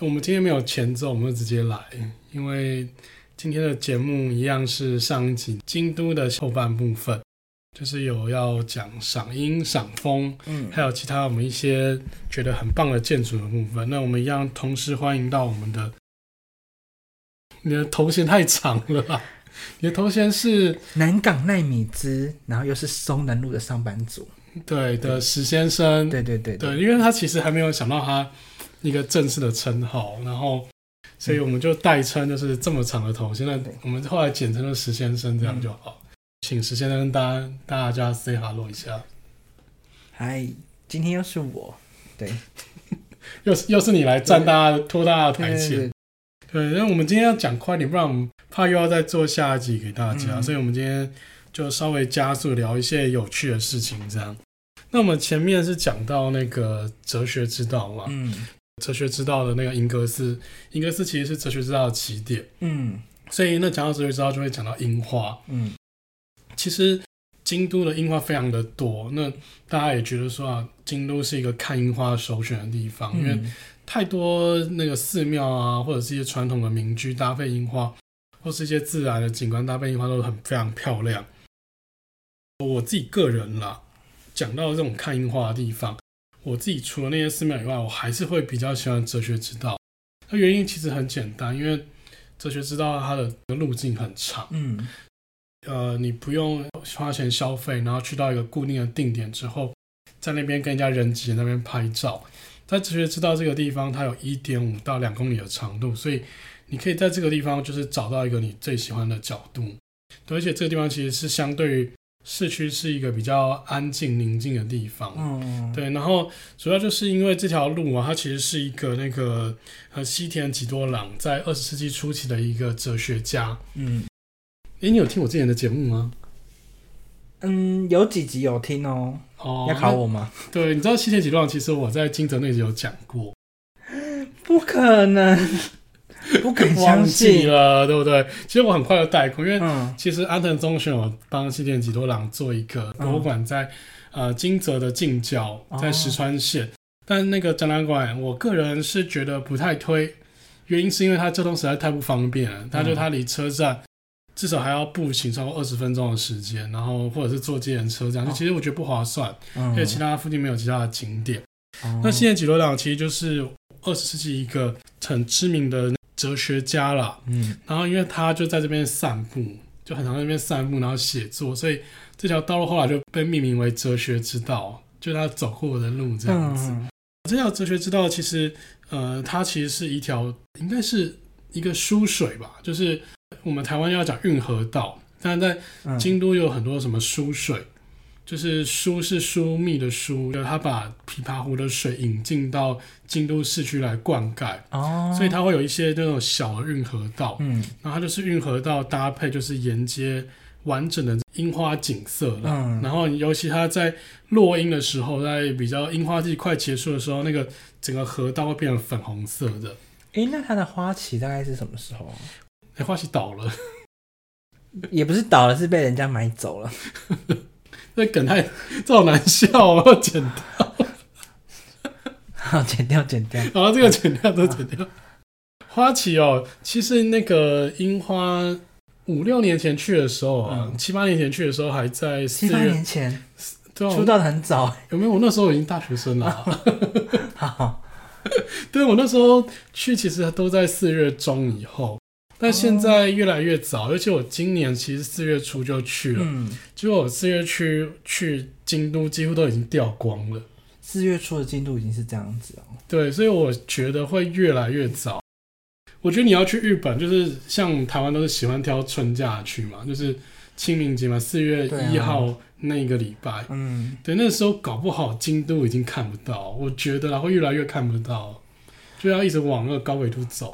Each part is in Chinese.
我们今天没有前奏，我们就直接来，因为今天的节目一样是上一集京都的后半部分，就是有要讲赏樱、赏枫，还有其他我们一些觉得很棒的建筑的部分。那我们一样同时欢迎到我们的，你的头衔太长了吧？你的头衔是南港奈米兹，然后又是松南路的上班族， 对的史先生， 对， 因为他其实还没有想到他一个正式的称号，然后所以我们就代称就是这么长的头衔，那我们后来简称了史先生，这样就好。请史先生跟大家 say hello 一下。 嗨，今天又是我，对， 又是你来站大家拖大家的台前。对，因为我们今天要讲快点，不然我们怕又要再做下一集给大家，所以我们今天就稍微加速聊一些有趣的事情，这样。那我们前面是讲到那个哲学之道嘛，哲学之道的那个银阁寺，银阁寺其实是哲学之道的起点，所以那讲到哲学之道就会讲到樱花，其实京都的樱花非常的多，那大家也觉得说啊，京都是一个看樱花首选的地方，因为太多那个寺庙啊，或者是一些传统的民居搭配樱花，或是一些自然的景观搭配樱花都非常漂亮。我自己个人啦，讲到这种看樱花的地方，我自己除了那些寺庙以外，我还是会比较喜欢哲学之道。那原因其实很简单，因为哲学之道它的路径很长，你不用花钱消费，然后去到一个固定的定点之后，在那边跟人家人挤那边拍照。在哲学之道这个地方，它有 1.5 到2公里的长度，所以你可以在这个地方就是找到一个你最喜欢的角度。对，而且这个地方其实是相对于市区是一个比较安静宁静的地方，对，然后主要就是因为这条路啊，它其实是一个那个西田几多郎在20世纪初期的一个哲学家。你有听我之前的节目吗？ 有几集有听哦。要考我吗？ 对，你知道西田几多郎其实我在金泽那集有讲过。 不可能，不敢相信， 忘记了，对不对？其实我很快就带过，因为其实安藤忠雄有帮西田几多郎做一个博物馆在，金泽的近郊，在石川县。但那个展览馆，我个人是觉得不太推，原因是因为它交通实在太不方便了。它离车站至少还要步行超过20分钟的时间，然后或者是坐计程车这样，就其实我觉得不划算，因为其他附近没有其他的景点。那西田几多郎其实就是20世纪一个很知名的哲学家啦，然后因为他就在这边散步，就很常在那边散步，然后写作，所以这条道路后来就被命名为哲学之道，就是他走过的路这样子。这条哲学之道其实，它其实是一条应该是一个疏水吧，就是我们台湾要讲运河道，但在京都有很多什么疏水，就是疏是疏密的疏，它把琵琶湖的水引进到京都市区来灌溉，所以它会有一些那种小的运河道，然后它就是运河道搭配就是沿接完整的樱花景色啦，然后尤其它在落樱的时候，在比较樱花季快结束的时候，那个整个河道会变成粉红色的。 那它的花期大概是什么时候？ 花期倒了， 也不是倒了，是被人家买走了。 这梗太这好难笑，我要剪掉。 好，剪掉。 好，这个剪掉都剪掉。花期其实那个樱花5-6年前去的时候7-8年前去的时候还在4月。 7-8年前， 对啊， 出道的很早。 有没有？我那时候已经大学生了。 好。 对，我那时候去其实都在4月中以后，但现在越来越早，而且我今年其实4月初就去了，结果我4月去京都几乎都已经掉光了。 4月初的京都已经是这样子对，所以我觉得会越来越早。我觉得你要去日本，就是像台湾都是喜欢挑春假去嘛，就是清明节嘛，4月1号那个礼拜，对，那时候搞不好京都已经看不到，我觉得啦会越来越看不到，就要一直往那个高纬度走。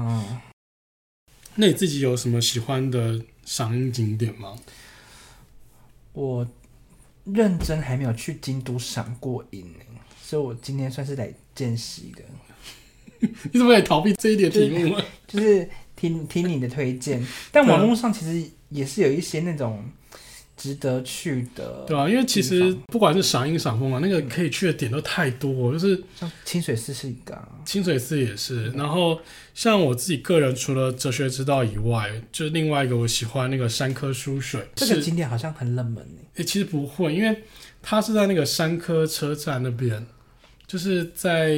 那你自己有什么喜欢的赏樱景点吗？ 我认真还没有去京都赏过樱，所以我今天算是来见习的。 你怎么也逃避这一点题目吗？ 就是听你的推荐，但网络上其实也是有一些那种值得去的， 对啊，因为其实不管是赏樱赏枫啊，那个可以去的点都太多，就是像清水寺是一个、 清水寺也是。然后像我自己个人，除了哲学之道以外，就另外一个我喜欢那个山科书水。 这个景点好像很冷门其实不会，因为它是在那个山科车站那边，就是在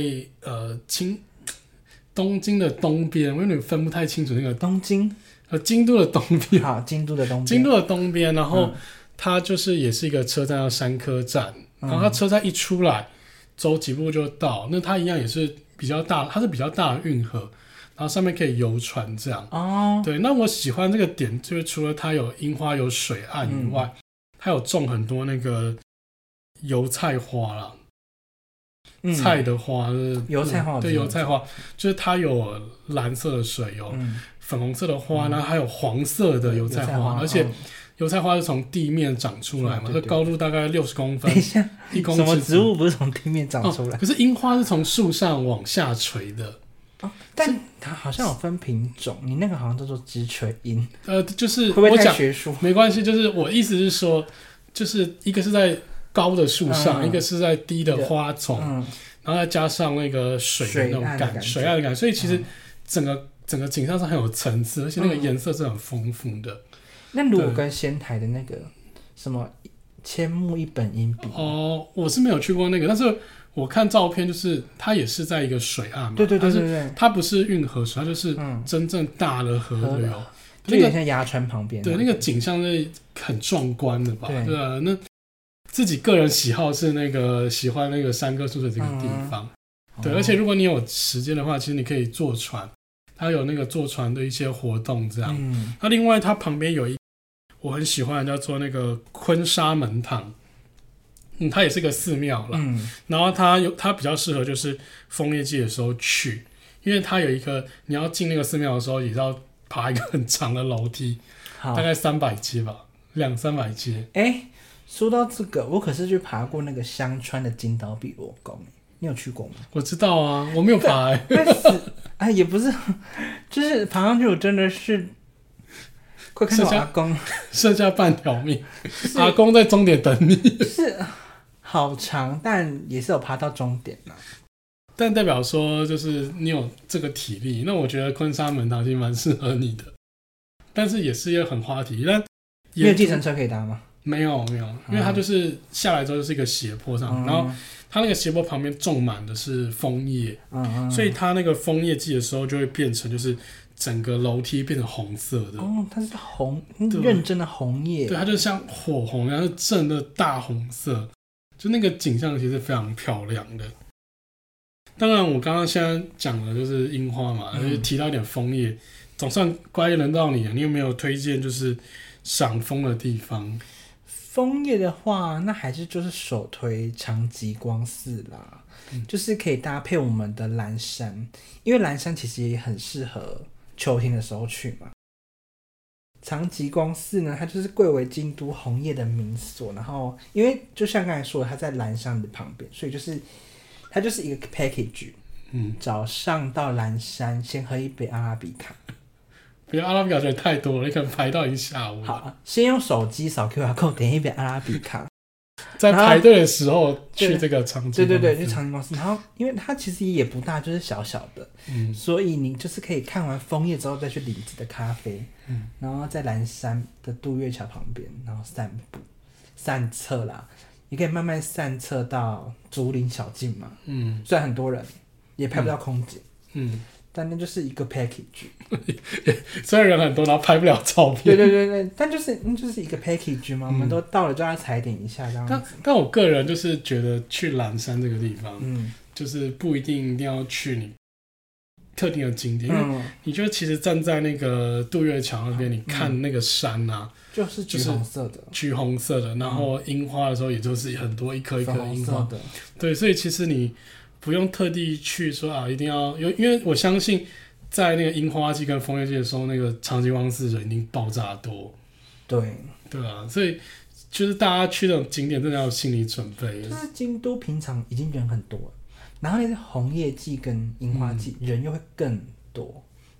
东京的东边，我有点分不太清楚那个东京。 京都的东边， 好，京都的东边， 京都的东边，然后它就是也是一个车站，叫山科站，然后它车站一出来，走几步就到，那它一样也是比较大，它是比较大的运河，然后上面可以游船这样。 哦， 对，那我喜欢这个点，就是除了它有樱花有水岸以外，它有种很多那个油菜花啦。菜的花， 油菜花， 对，油菜花就是它有蓝色的水，有粉红色的花，然后还有黄色的油菜花，而且油菜花是从地面长出来嘛，这高度大概60公分， 等一下 1公尺。 什么植物不是从地面长出来？ 可是樱花是从树上往下垂的。 但它好像有分品种，你那个好像叫做直垂樱。 就是会不会太学术？ 没关系，就是我意思是说，就是一个是在高的树上，一个是在低的花丛，然后再加上那个水的那种水岸的感觉，所以其实整个景象是很有层次，而且那个颜色是很丰富的。 那如果跟仙台的那个什么千木一本樱比， 我是没有去过那个，但是我看照片，就是它也是在一个水岸嘛， 对， 它不是运河水，它就是真正大的河流， 就有点像鸭川旁边。 对，那个景象是很壮观的吧？对啊，那自己个人喜好是那个喜欢那个山科宿舍这个地方，对，而且如果你有时间的话，其实你可以坐船，它有那个坐船的一些活动这样。那另外它旁边有我很喜欢的叫做那个昆沙门堂。它也是个寺庙啦，然后它比较适合就是枫叶季的时候去，因为它有一个你要进那个寺庙的时候，也是要爬一个很长的楼梯，大概300阶吧，200-300阶。 说到这个，我可是去爬过那个香川的金岛比罗宫，你有去过吗？ 我知道啊，我没有爬也不是，就是爬上去我真的是快看到阿公， 剩下半条命，阿公在终点等你。 是好长，但也是有爬到终点啦。 但代表说，就是你有这个体力，那我觉得昆沙门堂其实蛮适合你的，但是也是一个很花体力。但没有计程车可以搭吗？ 没有，因为它就是下来之后就是一个斜坡上，然后它那个斜坡旁边种满的是枫叶，所以它那个枫叶季的时候就会变成就是整个楼梯变成红色的。 它是红，认真的红叶。 对，它就像火红一样，是正的大红色，就那个景象其实非常漂亮的。当然，我刚刚现在讲的就是樱花嘛，就是提到一点枫叶，总算乖轮到你了。你有没有推荐就是赏枫的地方？ 枫叶的话，那还是就是首推长吉光寺啦，就是可以搭配我们的蓝山，因为蓝山其实也很适合秋天的时候去嘛。长吉光寺呢，它就是贵为京都红叶的名所，然后因为就像刚才说的，它在蓝山的旁边，所以它就是一个 package。早上到蓝山先喝一杯阿拉比卡。 不要阿拉比卡有点太多了，你可能排到已经下午了。 好，先用手机扫 QR code 点一杯阿拉比卡， 在排队的时候去这个长吉光寺。 对，去长吉光寺。然后因为它其实也不大，就是小小的，所以你就是可以看完枫叶之后再去领子的咖啡，然后在蓝山的渡月桥旁边，然后散步散策啦，也可以慢慢散策到竹林小径嘛。虽然很多人也拍不到空景，但那就是一个 package。 虽然人很多，然后拍不了照片。 对，但就是一个 package 嘛，我们都到了就要踩点一下这样子。 但我个人就是觉得去蓝山这个地方，就是不一定要去你特定的景点，因为你就其实站在那个渡月桥那边，你看那个山啊， 就是橘红色的， 然后樱花的时候也就是很多一颗一颗樱花的， 对，所以其实你不用特地去说啊，一定要因为我相信在那个樱花季跟枫叶季的时候，那个长吉光寺人一定爆炸多。对啊，所以就是大家去那种景点真的要有心理准备。 就是京都平常已经人很多了，然后那是红叶季跟樱花季，人又会更多。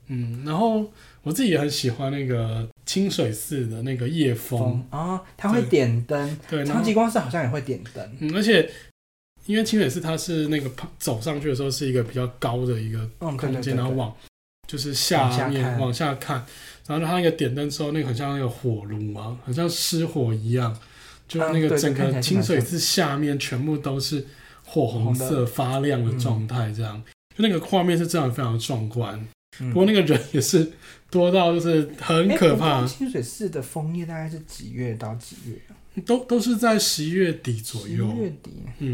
然后我自己也很喜欢那个清水寺的那个夜风哦，它会点灯， 对， 长吉光寺好像也会点灯， 而且因为清水寺它是那个走上去的时候是一个比较高的一个空间，然后往就是下面往下看，然后它那个点灯之后，那个很像那个火炉啊，很像失火一样，就那个整个清水寺下面全部都是火红色发亮的状态，这样，就那个画面是这样非常壮观。不过那个人也是多到就是很可怕。 清水寺的枫叶大概是几月到几月？ 都是在11月底左右。 11月底。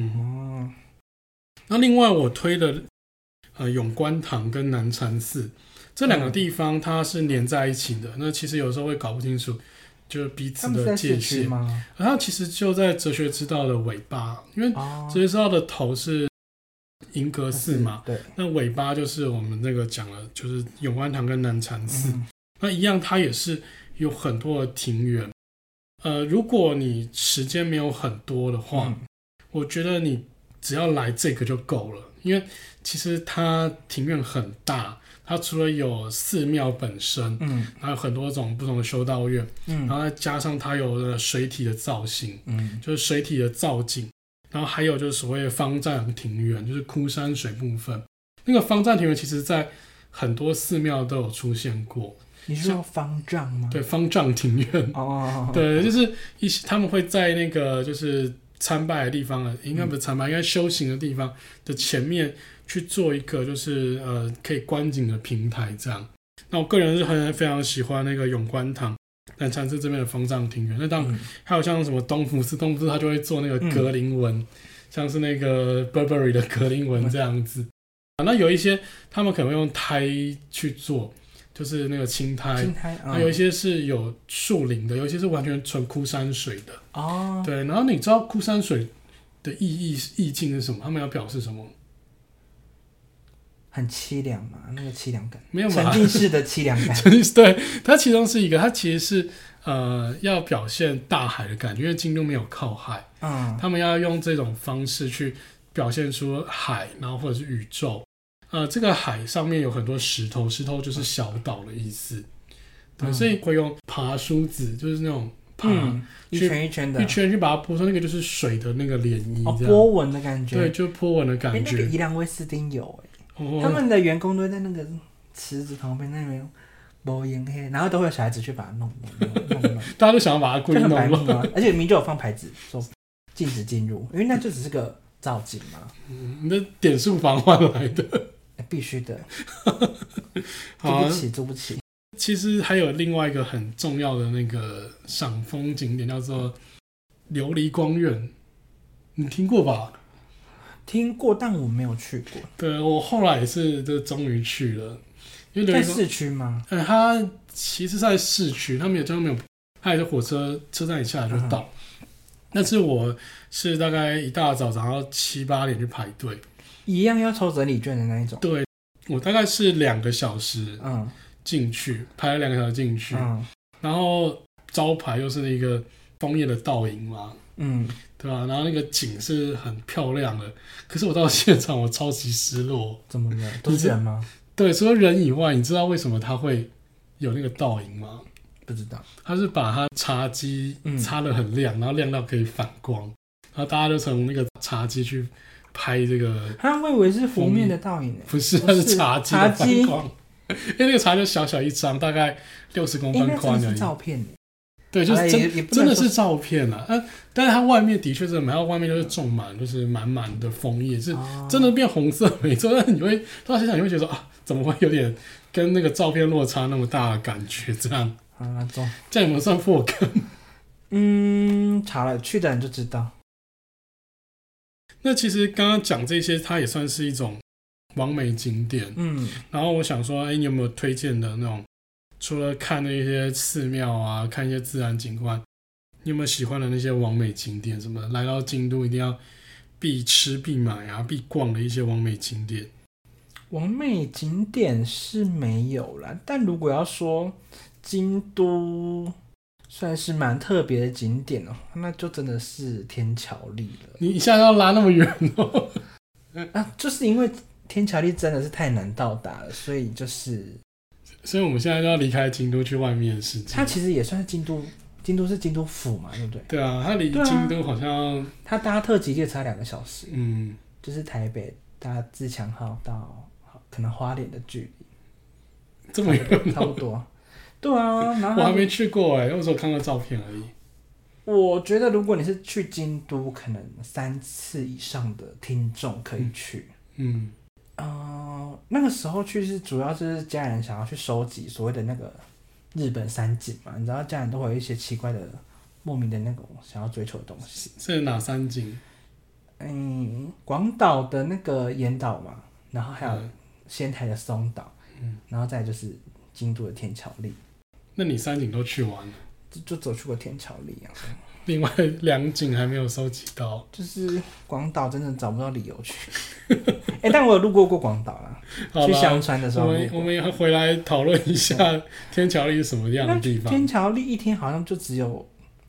那另外我推的永观堂跟南禅寺这两个地方，它是连在一起的。那其实有时候会搞不清楚，就是彼此的界限吗？它其实就在哲学之道的尾巴，因为哲学之道的头是银阁寺嘛，对，那尾巴就是我们那个讲了，就是永观堂跟南禅寺。那一样，它也是有很多的庭园。如果你时间没有很多的话，我觉得你只要来这个就够了，因为其实它庭院很大，它除了有寺庙本身，还有很多种不同的修道院，然后再加上它有水体的造型，就是水体的造景，然后还有就是所谓的方丈庭院，就是枯山水部分。那个方丈庭院其实在很多寺庙都有出现过。 你是说方丈吗？ 对，方丈庭院。对，就是他们会在那个就是参拜的地方，应该不是参拜，应该修行的地方的前面去做一个就是可以观景的平台这样。那我个人是非常喜欢那个永观堂、南禅寺这边的方丈庭院。那当然还有像什么东福寺，它就会做那个格林纹，像是那个 Burberry 的格林纹这样子。那有一些他们可能会用胎去做。就是那个青苔，还有一些是有树林的，有一些是完全纯枯山水的。对，然后你知道枯山水的意境是什么？他们要表示什么？ 很凄凉嘛，那个凄凉感， 没有沉浸式的凄凉感。 对，它其中是一个，它其实是要表现大海的感觉，因为京都没有靠海，他们要用这种方式去表现出海，然后或者是宇宙。这个海上面有很多石头，石头就是小岛的意思，对，所以会用爬梳子，就是那种爬， 一圈一圈的， 一圈去把它铺成那个就是水的那个涟漪， 波纹的感觉， 对，就波纹的感觉。 那个宜兰威斯汀有他们的员工都在那个池子旁边那边摸烟黑，然后都会有小孩子去把它弄， 大家都想要把它故意弄乱， 而且明明就有放牌子说禁止进入，因为那就只是个造景嘛。 你的点数房换来的。 必须的，租不起。 其实还有另外一个很重要的那个赏枫景点，叫做琉璃光院，你听过吧？ 听过，但我没有去过。 对，我后来也是，就终于去了。因为在市区吗？ 它其实在市区，它没有，它也是火车站一下来就到。但是我是大概一大早上7、8点去排队。 一样要抽整理券的那一种。 对，我大概是2个小时进去，排了2个小时进去，然后招牌又是一个枫叶的倒影嘛，对吧？然后那个景是很漂亮的，可是我到现场我超级失落。 怎么了？都是人吗？ 对，除了人以外，你知道为什么它会有那个倒影吗？ 不知道。 它是把它茶几擦得很亮，然后亮到可以反光，然后大家就从那个茶几去拍这个， 我以为是湖面的倒影， 不是，它是茶几的反光，因为那个茶就小小一张，大概60公分宽而已。 是照片， 对，就是真的是照片啊。但是它外面的确是，然后外面就是种满，就是满满的枫叶，是真的变红色没错。但是你会到现场，你会觉得说怎么会有点跟那个照片落差那么大的感觉？这样这样有没有算破梗？查了去的人就知道。 那其实刚刚讲这些，它也算是一种网美景点。然后我想说，你有没有推荐的那种？除了看那些寺庙啊，看一些自然景观，你有没有喜欢的那些网美景点？什么来到京都一定要必吃、必买啊、必逛的一些网美景点？ 网美景点是没有啦，但如果要说京都算是蛮特别的景点哦，那就真的是天桥立了。 你一下要拉那么远哦？ 就是因为天桥立真的是太难到达了，所以就是所以我们现在就要离开京都去外面的世界。 它其实也算是京都，京都是京都府嘛，对不对？ 对啊，它离京都好像， 它搭特急列车2个小时， 嗯， 就是台北搭自强号到可能花莲的距离， 这么远， 差不多。对啊，然后我还没去过我只有看过照片而已。 我觉得如果你是去京都，可能3次以上的听众可以去。那个时候去是主要就是家人想要去收集所谓的那个日本三景嘛，你知道家人都会有一些奇怪的、莫名的那种想要追求的东西。 是哪3景？ 广岛的那个岩岛嘛，然后还有仙台的松岛，然后再来就是京都的天桥立。 那你3景都去完了？ 就走去过天桥立啊。 另外2景还没有收集到， 就是广岛真的找不到理由去。但我有路过广岛啦，去香川的时候我们也回来讨论一下天桥立是什么样的地方。 天桥立一天好像就只有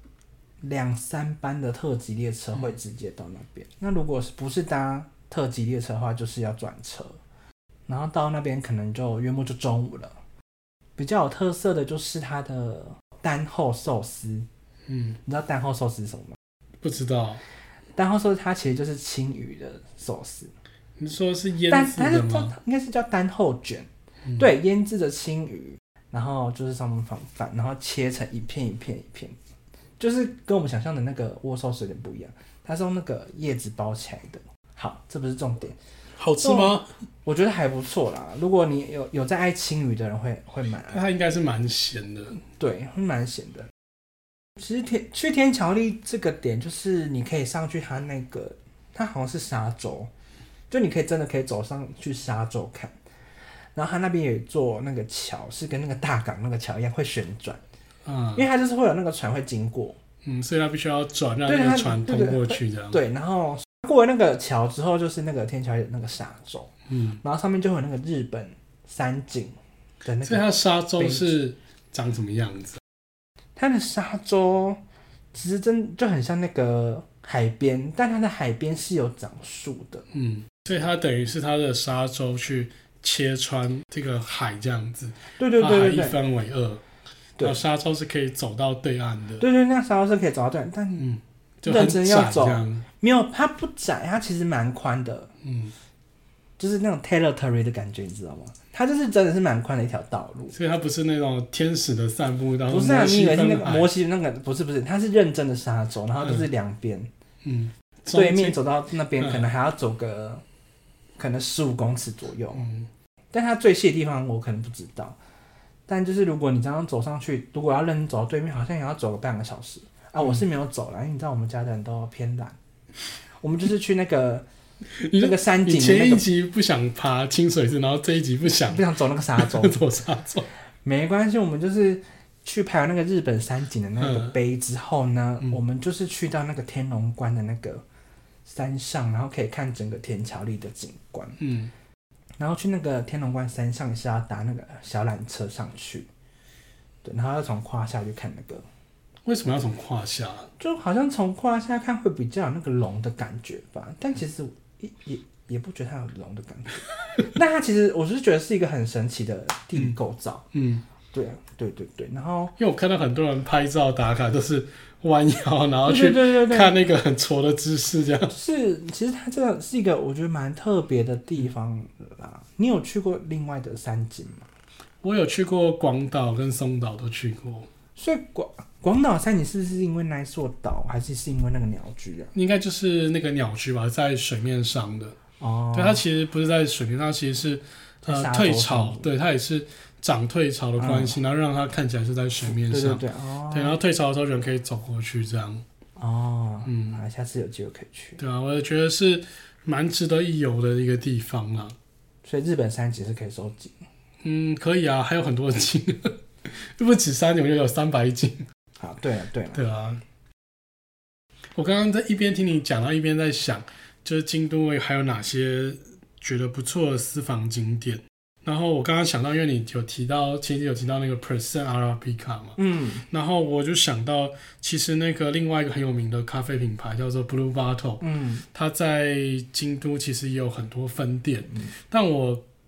2-3班的特急列车会直接到那边。那如果不是搭特急列车的话，就是要转车，然后到那边可能就约莫就中午了。比较有特色的就是它的丹后寿司。你知道丹后寿司是什么吗？ 不知道。 丹后寿司它其实就是青鱼的寿司。 你说是腌制的吗？ 应该是叫丹后卷。对，腌制的青鱼，然后就是上面放饭，然后切成一片一片一片，就是跟我们想象的那个握寿司有点不一样，它是用那个叶子包起来的。好，这不是重点。 好吃吗？ 我觉得还不错啦。如果你有在爱青鱼的人会买。 它应该是蛮咸的。 对，会蛮咸的。其实去天桥立这个点，就是你可以上去它那个，它好像是沙洲，就你真的可以走上去沙洲看。然后它那边有一座那个桥，是跟那个大港那个桥一样会旋转，因为它就是会有那个船会经过， 所以它必须要转，让那个船通过去这样。 对，然后过了那个桥之后，就是那个天桥立的那个沙洲，然后上面就会有那个日本三景的那个。 所以它沙洲是长什么样子？ 它的沙洲其实就很像那个海边，但它的海边是有长树的。 所以它等于是它的沙洲去切穿这个海这样子。 对，把海一分为2，然后沙洲是可以走到对岸的。 对，那沙洲是可以走到对岸，但认真要走，没有，它不窄，它其实蛮宽的。就是那种 territory 的感觉，你知道吗？它就是真的是蛮宽的一条道路， 所以它不是那种天使的散步道。 不是啊，你以为是那个摩西那个？不是，它是认真的沙洲，然后就是2边，对面走到那边可能还要走个可能15公尺左右，但它最细的地方我可能不知道。但就是如果你这样走上去，如果要认真走到对面，好像也要走个半个小时啊。我是没有走啦，因为你知道我们家的人都偏懒，我们就是去那个。那个山景， 你前一集不想爬清水寺，然后这一集不想走那个沙洲， 走沙洲， 没关系，我们就是去拍完那个日本山景的那个碑之后呢，我们就是去到那个天龙关的那个山上，然后可以看整个天桥立的景观。然后去那个天龙关山上是要搭那个小缆车上去，对，然后要从胯下去看那个。 为什么要从胯下？ 就好像从胯下看会比较有那个龙的感觉吧，但其实也不觉得它有龙的感觉。那它其实我是觉得是一个很神奇的地理构造。对啊，对。然后因为我看到很多人拍照打卡都是弯腰，然后去看那个很挫的姿势，这样。 是，其实它这个是一个我觉得蛮特别的地方啦。你有去过另外的山景吗？ 我有去过广岛跟松岛都去过。 所以广岛山景是不是因为那一座岛，还是因为那个鸟居啊？ 应该就是那个鸟居吧，在水面上的。对，它其实不是在水面上，它其实是退潮，对，它也是涨退潮的关系，然后让它看起来是在水面上。 对， 然后退潮的时候人可以走过去这样。 下次有机会可以去。 对啊，我也觉得是蛮值得一游的一个地方啦。 所以日本山景是可以收集。 可以啊，还有很多景。又不止3景，我就有300景。 好，对啊。 我刚刚在一边听你讲，到一边在想，就是京都还有哪些觉得不错的私房景点。然后我刚刚想到，因为你有提到，其实有提到那个 Percent Arabica 嘛，然后我就想到，其实那个另外一个很有名的咖啡品牌叫做 Blue Bottle，它在京都其实也有很多分店，但我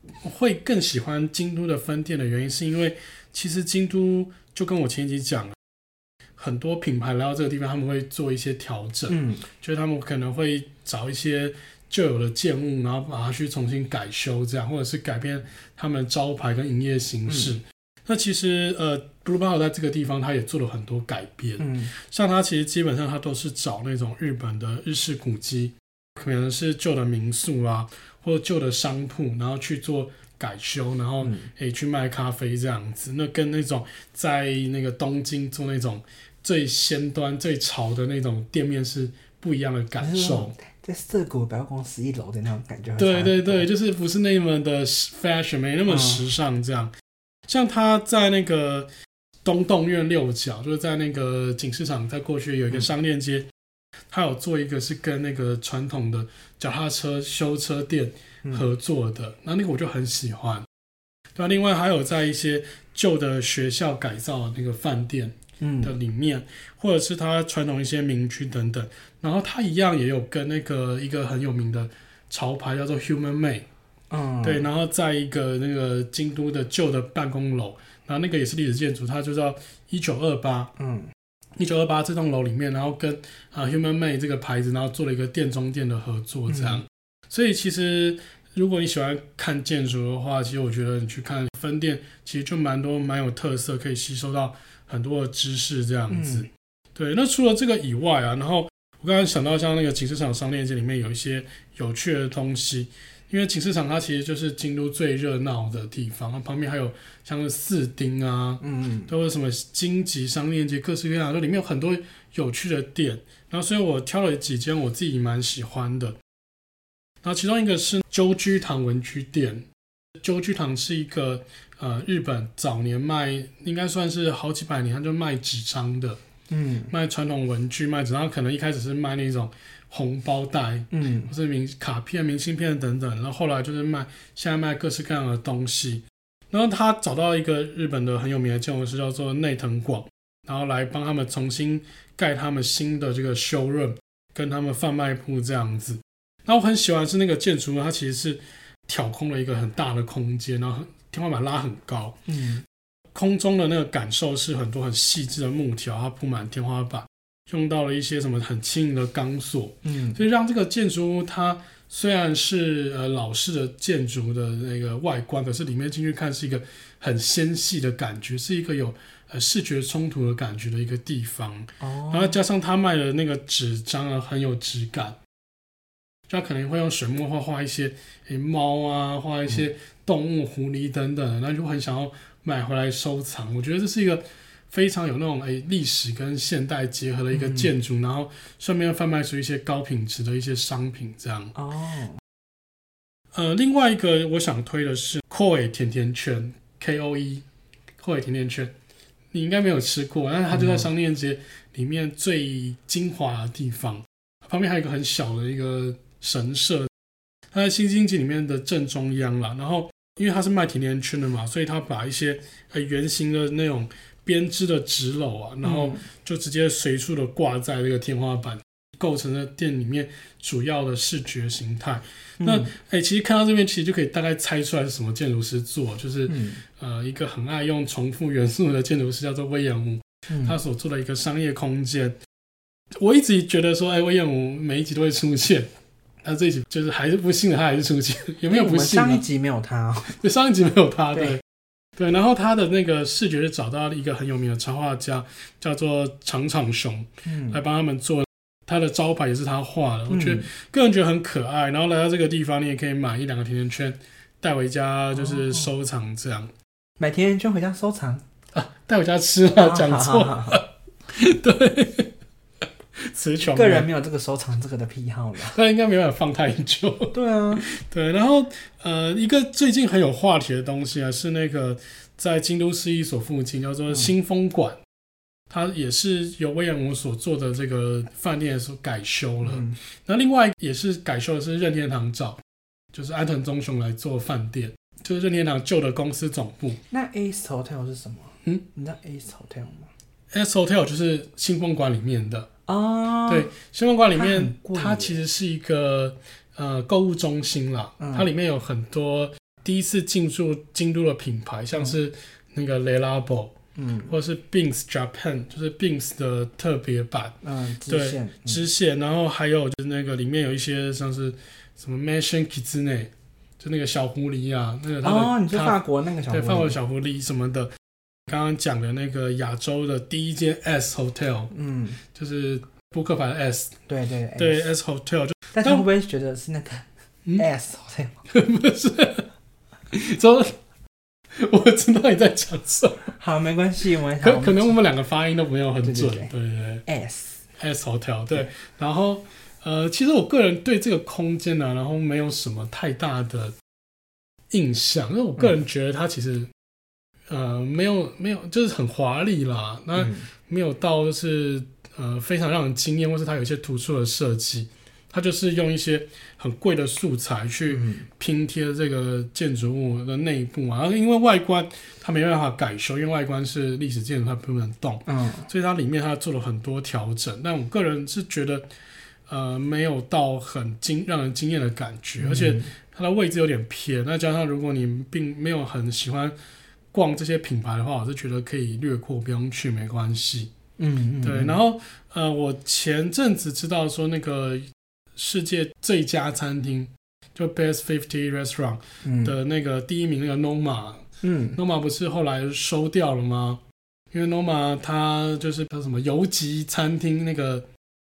会更喜欢京都的分店的原因，是因为其实京都就跟我前一集讲，很多品牌来到这个地方，他们会做一些调整，就是他们可能会找一些旧有的建物，然后把它去重新改修，这样或者是改变他们的招牌跟营业形式。那其实Blue Bottle 在这个地方，它也做了很多改变，像它其实基本上它都是找那种日本的日式古迹，可能是旧的民宿啊，或者旧的商铺，然后去做改修，然后去卖咖啡这样子。那跟那种在那个东京做那种最先端、最潮的那种店面是不一样的感受。 在涩谷百货公司1楼的那种感觉。 对对对，就是不是那么的 fashion， 没那么时尚这样。像他在那个东洞院六角，就是在那个锦市场，在过去有一个商店街，他有做一个是跟那个传统的脚踏车修车店合作的，那个我就很喜欢。对啊，另外还有在一些旧的学校改造的那个饭店的里面，或者是他传统一些民居等等，然后他一样也有跟那个一个很有名的潮牌叫做 Human Made。对，然后在一个那个京都的旧的办公楼，然后那个也是历史建筑，它就叫1928。1928这栋楼里面，然后跟Human Made 这个牌子，然后做了一个店中店的合作，这样。所以其实如果你喜欢看建筑的话，其实我觉得你去看分店，其实就蛮多蛮有特色，可以吸收到很多的知识这样子。对，那除了这个以外啊，然后我刚才想到像那个锦市场商店街里面有一些有趣的东西。因为锦市场它其实就是京都最热闹的地方，它旁边还有像是四丁啊，都有什么京吉商店街，各式各样，就里面有很多有趣的店。然后所以我挑了几间我自己蛮喜欢的。然后其中一个是鸠居堂文具店，鸠居堂是一个日本早年卖，应该算是好几百年，它就卖纸张的，卖传统文具，卖纸张，可能一开始是卖那种红包袋，或是卡片、明信片等等，然后后来就是现在卖各式各样的东西。然后他找到一个日本的很有名的建筑师叫做内藤广，然后来帮他们重新盖他们新的这个 showroom 跟他们贩卖铺这样子。然后我很喜欢是那个建筑呢，它其实是挑空了一个很大的空间，然后天花板拉很高，空中的那个感受是很多很细致的木条，它铺满天花板。用到了一些什么很轻盈的钢索，所以让这个建筑物它虽然是老式的建筑的那个外观，可是里面进去看是一个很纤细的感觉，是一个有视觉冲突的感觉的一个地方。然后加上他卖的那个纸张啊，很有质感，就他可能会用水墨画一些猫啊，画一些动物、狐狸等等，然后就很想要买回来收藏。我觉得这是一个非常有那种历史跟现代结合的一个建筑，然后顺便贩卖出一些高品质的一些商品这样。另外一个我想推的是Koi甜甜圈 KOE Koi甜甜圈，你应该没有吃过，但是它就在商店街里面最精华的地方，旁边还有一个很小的一个神社，它在新津街里面的正中央啦。然后因为它是卖甜甜圈的嘛，所以它把一些圆形的那种编织的纸篓啊，然后就直接随处的挂在这个天花板，构成了店里面主要的视觉形态。那其实看到这边，其实就可以大概猜出来是什么建筑师做，就是一个很爱用重复元素的建筑师叫做隈研吾，他所做的一个商业空间。我一直觉得说，隈研吾每一集都会出现，那这一集就是还是不幸的他还是出现，有没有不幸？ 上一集没有他， 对，上一集没有他，对，然后他的那个视觉是找到了一个很有名的插画家，叫做长场雄，来帮他们做，他的招牌也是他画的，我觉得个人觉得很可爱。然后来到这个地方，你也可以买1-2个甜甜圈带回家，就是收藏这样。 买甜甜圈回家收藏啊？带回家吃啊？讲错了，对。词穷， 个人没有这个收藏这个的癖好了， 那应该没办法放太久。 对啊， 对，然后一个最近很有话题的东西啊，是那个在京都市役所附近叫做新风馆，它也是由隈研吾所做的这个饭店所改修了。那另外也是改修的是任天堂找，就是安藤忠雄来做饭店，就是任天堂旧的公司总部。 那 Ace Hotel 是什么？你知道 Ace Hotel 吗 ？Ace Hotel 就是新风馆里面的。 对， 新风馆里面它其实是一个购物中心啦，它里面有很多第一次进驻京都的品牌，像是那个 Le Labo， 或者是 Beams Japan， 就是 Beams 的特别版，支线，然后还有就是那个里面有一些像是什么 Mansion Kitsune， 就那个小狐狸啊，那个你说法国那个小狐狸， 对，法国小狐狸什么的。刚刚讲的那个亚洲的第一间 S Hotel， 就是扑克牌的 S， 对 S Hotel， 但他会不会觉得是那个 S Hotel？ 不是，我知道你在讲什么。 好，没关系， 可能我们两个发音都没有很准，对 S Hotel， 对。然后其实我个人对这个空间呢，然后没有什么太大的印象，因为我个人觉得它其实没有，就是很华丽啦，那没有到就是非常让人惊艳，或是它有一些突出的设计。它就是用一些很贵的素材去拼贴这个建筑物的内部啊，然后因为外观它没办法改修，因为外观是历史建筑，它不能动，所以它里面它做了很多调整。但我个人是觉得没有到很让人惊艳的感觉，而且它的位置有点偏，那加上如果你并没有很喜欢逛这些品牌的话，我是觉得可以略过，不用去没关系。对。然后我前阵子知道说那个世界最佳餐厅就 Best 50 Restaurant 的那个第一名那个 Noma，Noma 不是后来收掉了吗？因为 Noma 它就是叫什么游击餐厅那个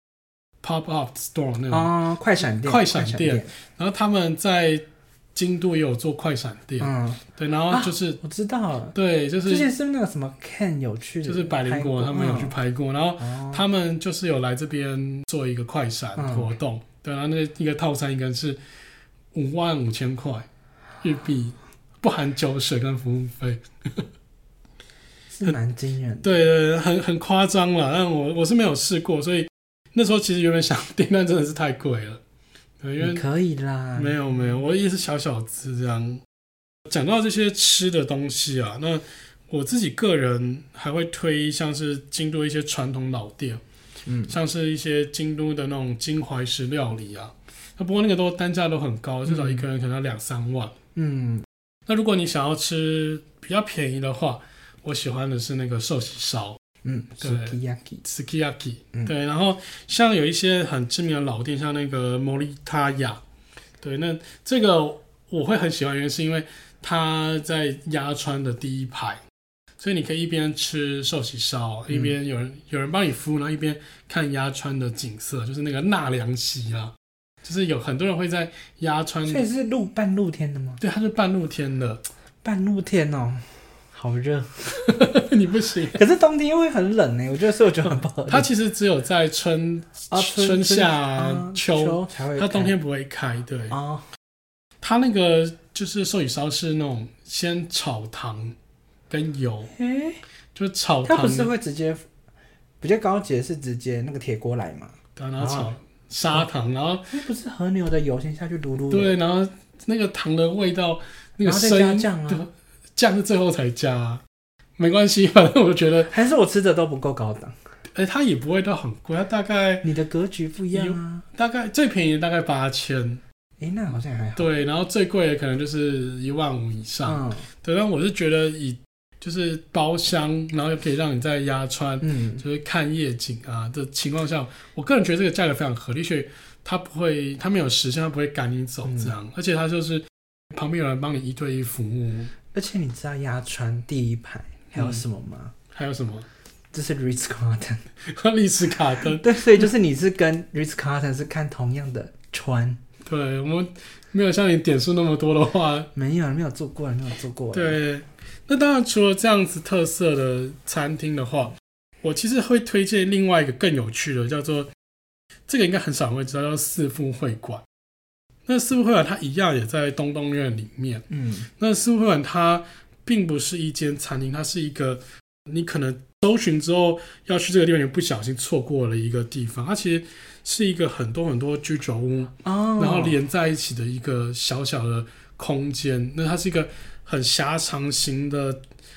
Pop Up Store 那种快闪店， 然后他们在京都也有做快闪店，对，然后就是我知道了， 对，就是之前是那个什么 Ken 有去， 就是百灵果他们有去拍过，然后他们就是有来这边做一个快闪活动，对，然后那一个套餐应该是55000块日币，不含酒水跟服务费， 是蛮惊人的， 对，很夸张了，但我是没有试过，所以那时候其实原本想订，但真的是太贵了。因为你可以啦， 没有，我也是小资这样。讲到这些吃的东西啊，那我自己个人还会推像是京都一些传统老店，像是一些京都的那种金怀石料理啊，那不过那个都单价都很高，至少一个人可能要2-3万。那如果你想要吃比较便宜的话，我喜欢的是那个寿喜烧。Sukiyaki， 对，然后像有一些很知名的老店，像那个 Moritaya， 对，那这个我会很喜欢，原因是因为它在鸭川的第一排，所以你可以一边吃寿喜烧，一边有人帮你服务，然后一边看鸭川的景色，就是那个纳凉席啊，就是有很多人会在鸭川， 所以是半露天的吗？ 对，它是半露天的， 半露天哦。好热， 你不行。 可是冬天又会很冷呢，我觉得很不合理。 它其实只有在春夏秋才会开， 它冬天不会开。对，它那个就是寿喜烧是那种先炒糖跟油，就炒糖。 它不是会直接比较高级的是直接那个铁锅来嘛？ 对，然后炒砂糖，然后不是和牛的油先下去卤， 对，然后那个糖的味道，那个声音， 然后再加酱啊。 酱是最后才加，没关系，反正我觉得还是我吃的都不够高档。 它也不会到很贵，它大概你的格局不一样啊。 大概最便宜的大概8000， 那好像还好。 对，然后最贵的可能就是15000以上。对，但我是觉得就是包厢，然后又可以让你在鸭川，就是看夜景啊的情况下，我个人觉得这个价格非常合理，所以它没有时限，它不会赶你走这样，而且它就是旁边有人帮你1对1服务。 而且你知道鸭川第一排还有什么吗？ 还有什么？ 这是 Ritz Carlton， 丽思卡登。 对，所以就是你是跟 Ritz Carlton 是看同样的川。 对，我们没有像你点数那么多的话， 没有做过。 对，那当然除了这样子特色的餐厅的话，我其实会推荐另外一个更有趣的，叫做这个应该很少人会知道，叫四富会馆。那四富会馆它一样也在东东院里面。那四富会馆它并不是一间餐厅，它是一个你可能搜寻之后要去这个地方，你不小心错过了一个地方。它其实是一个很多居酒屋，然后连在一起的一个小小的空间。那它是一个很狭长型的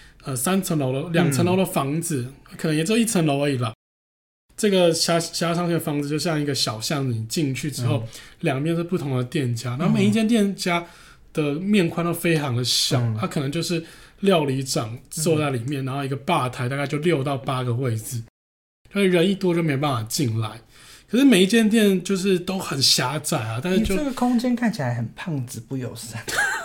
2层楼的房子，可能也只有1层楼而已啦。这个狭长型的房子就像一个小巷子，你进去之后，两边是不同的店家，然后每一间店家的面宽都非常的小，它可能就是料理长坐在里面，然后一个吧台大概就6到8个位置，所以人一多就没办法进来。可是每一间店就是都很狭窄啊，但是就你这个空间看起来很胖子不友善。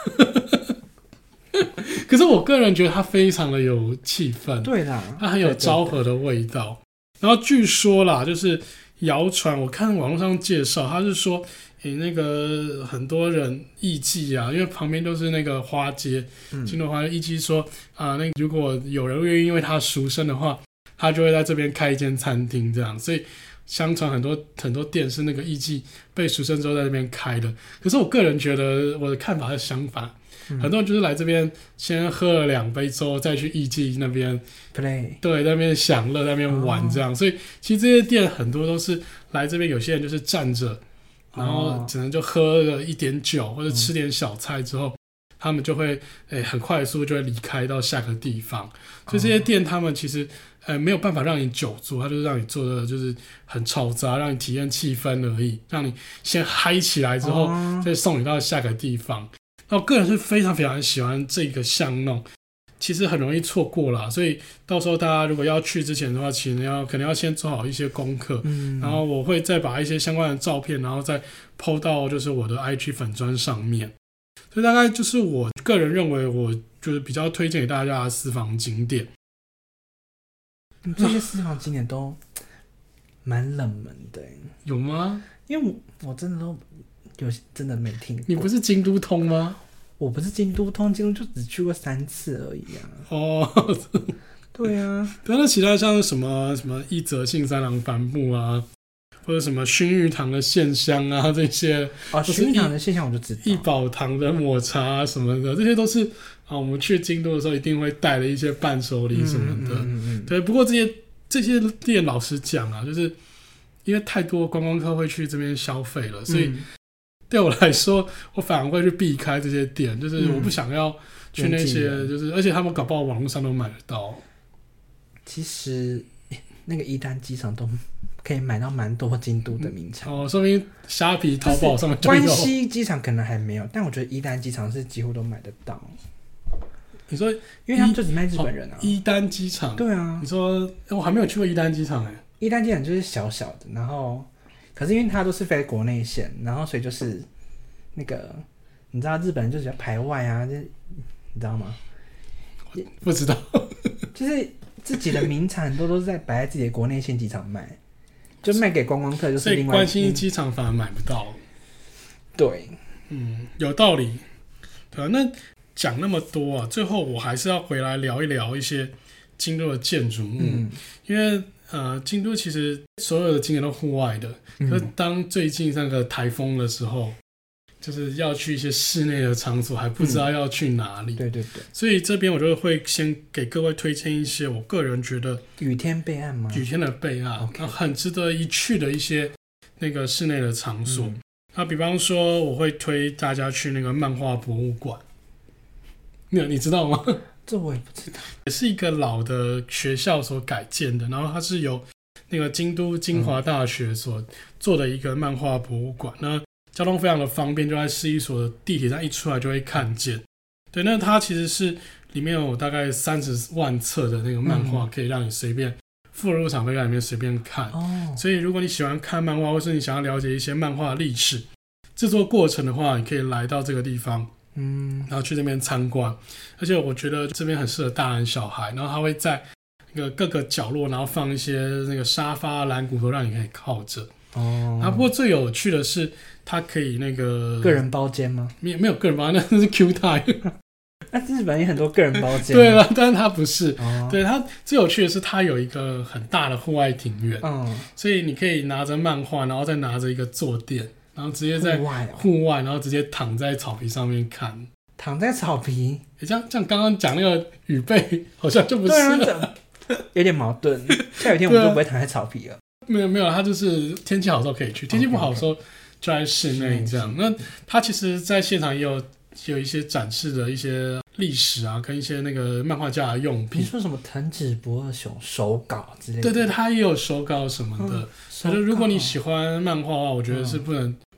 可是我个人觉得它非常的有气氛， 对啦， 它很有昭和的味道。然后据说啦，就是谣传，我看网络上介绍，他是说，那个很多人艺妓啊，因为旁边都是那个花街，金轮花街，艺妓说啊，那如果有人愿意因为他赎身的话，他就会在这边开一间餐厅这样，所以相传很多店是那个艺妓被赎身之后在这边开的。可是我个人觉得我的看法是相反，很多人就是来这边先喝了2杯之后再去艺妓那边 play， 对，在那边享乐，在那边玩这样。所以其实这些店很多都是来这边，有些人就是站着，然后只能就喝个一点酒或者吃点小菜之后，他们就会很快速就会离开到下个地方。所以这些店他们其实没有办法让你久坐，他就是让你坐的就是很嘈杂，让你体验气氛而已，让你先嗨起来之后，再送你到下个地方。那我个人是非常非常喜欢这个巷弄，其实很容易错过啦，所以到时候大家如果要去之前的话，其实可能要先做好一些功课，然后我会再把一些相关的照片，然后再 po 到就是我的 IG 粉专上面。所以大概就是我个人认为我就是比较推荐给大家的私房景点。 这些私房景点都蛮冷门的， 有吗？ 因为我真的真的没听过。 你不是京都通吗？ 我不是京都通，京都就只去过3次而已啊。 哦， 对啊。 对，那其他像什么一泽信三郎帆布啊，或者什么薰玉堂的线香啊这些， 薰玉堂的线香我就知道。 一宝堂的抹茶啊什么的，这些都是我们去京都的时候一定会带的一些伴手礼什么的。对，不过这些店老实讲啊，就是因为太多观光客会去这边消费了，所以对我来说，我反而会去避开这些店，就是我不想要去那些，就是而且他们搞不好网络上都买得到。 其实那个伊丹机场都可以买到蛮多京都的名产说明虾皮、淘宝上面就有。 关西机场可能还没有，但我觉得伊丹机场是几乎都买得到。 你说， 因为他们就只卖日本人啊。 伊丹机场， 对啊。 你说我还没有去过伊丹机场伊丹机场就是小小的，然后可是因为它都是飞国内线，然后所以就是那个你知道日本人就比较排外啊，你知道吗？ 不知道， 就是自己的名产很多都是摆在自己的国内线机场卖，就卖给观光客，就是另外。 所以关西机场反而买不到。 对， 有道理。对啊，那讲那么多啊，最后我还是要回来聊一聊一些京都的建筑物，因为京都其实所有的景点都户外的，可是当最近那个台风的时候，就是要去一些室内的场所，还不知道要去哪里。 对对对。 所以这边我就会先给各位推荐一些我个人觉得雨天备案吗？ 雨天的备案，很值得一去的一些那个室内的场所。那比方说，我会推大家去那个漫画博物馆，你知道吗？ 这我也不知道， 也是一个老的学校所改建的，然后它是由那个京都精华大学所做的一个漫画博物馆。那交通非常的方便，就在市役所的地铁站一出来就会看见。对，那它其实是里面有大概30万册的那个漫画，可以让你随便付入场费在里面随便看。所以如果你喜欢看漫画，或是你想要了解一些漫画历史制作过程的话，你可以来到这个地方。然后去这边参观，而且我觉得这边很适合大人小孩，然后它会在那个各个角落，然后放一些那个沙发、蓝骨头，让你可以靠着。不过最有趣的是，它可以那个个人包间吗？ 没有个人包间，那是 Q Time。 那日本也很多个人包间。 对了，但是它不是。对，它最有趣的是，它有一个很大的户外庭院。所以你可以拿着漫画，然后再拿着一个坐垫。然后直接在户外，然后直接躺在草皮上面看。 躺在草皮， 这样刚刚讲那个雨备好像就不是了， 有点矛盾。下雨天我们就不会躺在草皮了。 没有，它就是天气好的时候可以去，天气不好的时候就在室内这样。那它其实在现场也有一些展示的一些历史啊，跟一些那个漫画家的用品。 你说什么藤子不二雄手稿之类的？ 对，它也有手稿什么的。所以如果你喜欢漫画的话，我觉得是不能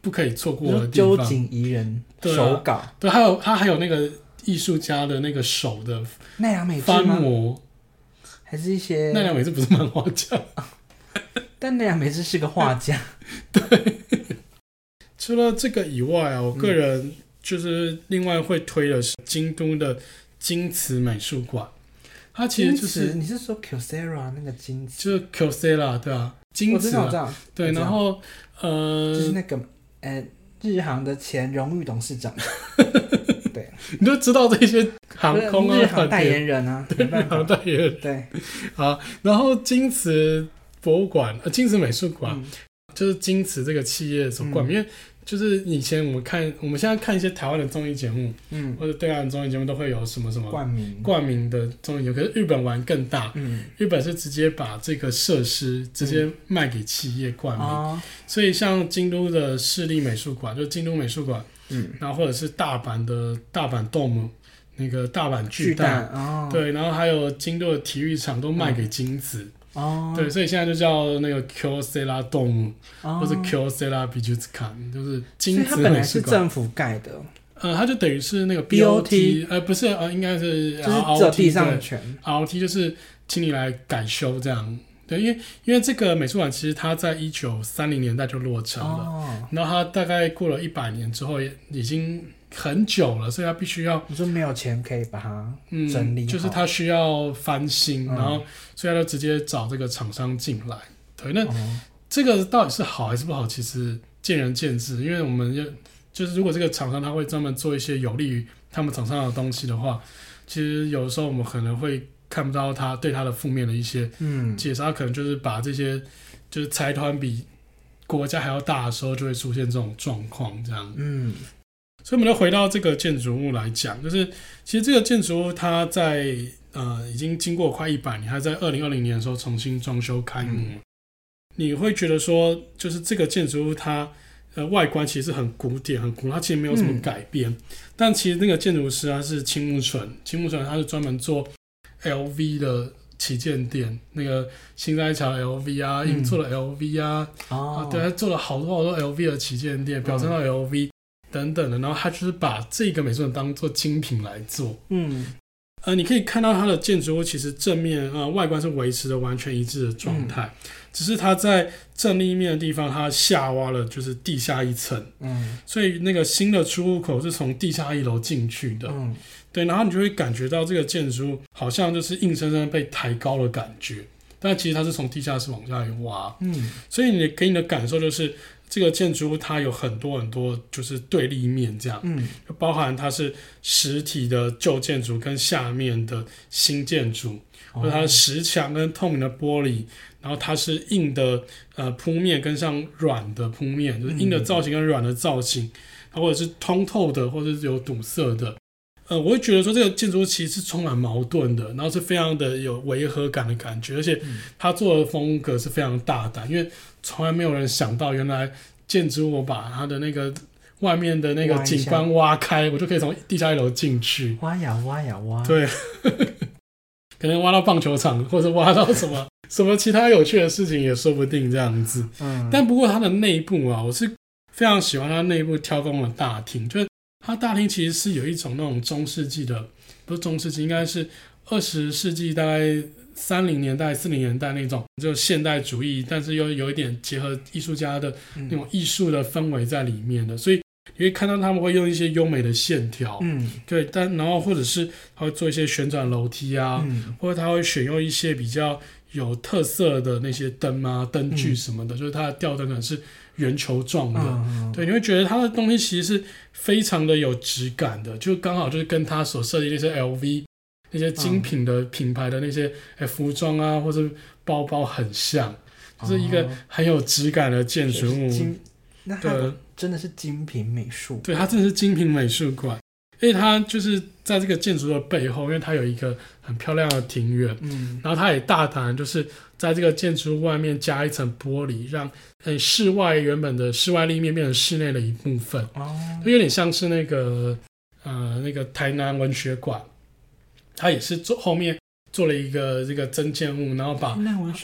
不可以错过的地方。 究竟宜人手稿， 对，它还有那个艺术家的那个手的奈良美智翻吗？ 模， 还是一些奈良美智不是漫画家， 但奈良美智是个画家。 对。除了这个以外啊，我个人就是另外会推的是京都的京瓷美术馆，它其实就是你是说 Kyocera 那个金瓷？ 就是 Kyocera 对啊，京瓷啊，对，然后就是那个日航的前荣誉董事长，对， 你就知道这些航空啊， 日航代言人啊， 对，日航代言人， 对， 好，然后京瓷博物馆，京瓷美术馆，就是京瓷这个企业所冠名，因为就是以前我们现在看一些台湾的综艺节目，或者对岸的综艺节目都会有什么什么冠名的综艺节目，可是日本玩更大，日本是直接把这个设施直接卖给企业冠名，所以像京都的市立美术馆，就是京都美术馆，然后或者是大阪的大阪 Dome 那个大阪巨蛋，对，然后还有京都的体育场都卖给京瓷。对，所以现在就叫那个 Kyocera Dome，或者 Kyocera 美術館，就是京瓷美术馆。所以它本来是政府盖的， 它就等于是那个 BOT，不是，应该是就是只有地上权 ，RT 就是请你来改修这样。对，因为这个美术馆其实它在1930年代就落成了，然后它大概过了100年之后，已经很久了，所以它必须要， 你说没有钱可以把它整理好， 就是它需要翻新，然后所以它就直接找这个厂商进来。对，那这个到底是好还是不好，其实见仁见智，因为我们就是如果这个厂商他会专门做一些有利于他们厂商的东西的话，其实有的时候我们可能会看不到他对他的负面的一些介绍，他可能就是把这些就是财团比国家还要大的时候，就会出现这种状况这样。所以我们就回到这个建筑物来讲，就是其实这个建筑物它在已经经过快100年，它在2020年的时候重新装修开幕。你会觉得说，就是这个建筑物它外观其实很古典、很古老，它其实没有什么改变。但其实那个建筑师他是青木纯他是专门做 LV 的旗舰店，那个新斋桥 LV 啊，银座的 LV 啊，对，他做了好多 LV 的旗舰店，表参道 LV 等等的，然后他就是把这个美术馆当做精品来做。你可以看到它的建筑物其实正面外观是维持的完全一致的状态，只是它在正立面的地方它下挖了就是地下1层，所以那个新的出入口是从地下1楼进去的，对，然后你就会感觉到这个建筑物好像就是硬生生被抬高的感觉，但其实它是从地下室往下挖，所以你给你的感受就是这个建筑物它有很多很多就是对立面这样，就包含它是实体的旧建筑跟下面的新建筑，或者它的石墙跟透明的玻璃，然后它是硬的铺面跟上软的铺面，就是硬的造型跟软的造型，或者是通透的或者是有堵塞的。我会觉得说这个建筑物其实是充满矛盾的，然后是非常的有违和感的感觉，而且它做的风格是非常大胆，因为从来没有人想到原来建筑物把它的那个外面的那个景观挖开，我就可以从地下1楼进去， 挖呀挖呀挖， 对，可能挖到棒球场，或者挖到什么其他有趣的事情也说不定这样子。但不过它的内部啊，我是非常喜欢它内部挑工的大厅，就是它大厅其实是有一种那种中世纪的，不是中世纪，应该是20世纪大概30年代、40年代那种，就现代主义，但是又有一点结合艺术家的那种艺术的氛围在里面的，所以你会看到他们会用一些优美的线条，对，然后或者是他会做一些旋转楼梯啊，或者他会选用一些比较有特色的那些灯啊、灯具什么的，就是它的吊灯可能是圆球状的，对，你会觉得它的东西其实是非常的有质感的，就刚好就是跟他所设计的那些 LV 那些精品的品牌的那些服装啊或者包包很像，就是一个很有质感的建筑物。 那它真的是精品美术， 对，它真的是精品美术馆。因为它就是在这个建筑的背后，因为它有一个很漂亮的庭院，然后它也大胆就是在这个建筑外面加一层玻璃，让室外原本的室外立面变成室内的一部分，就有点像是那个台南文学馆，它也是后面做了一个这个增建物，然后把台南文学馆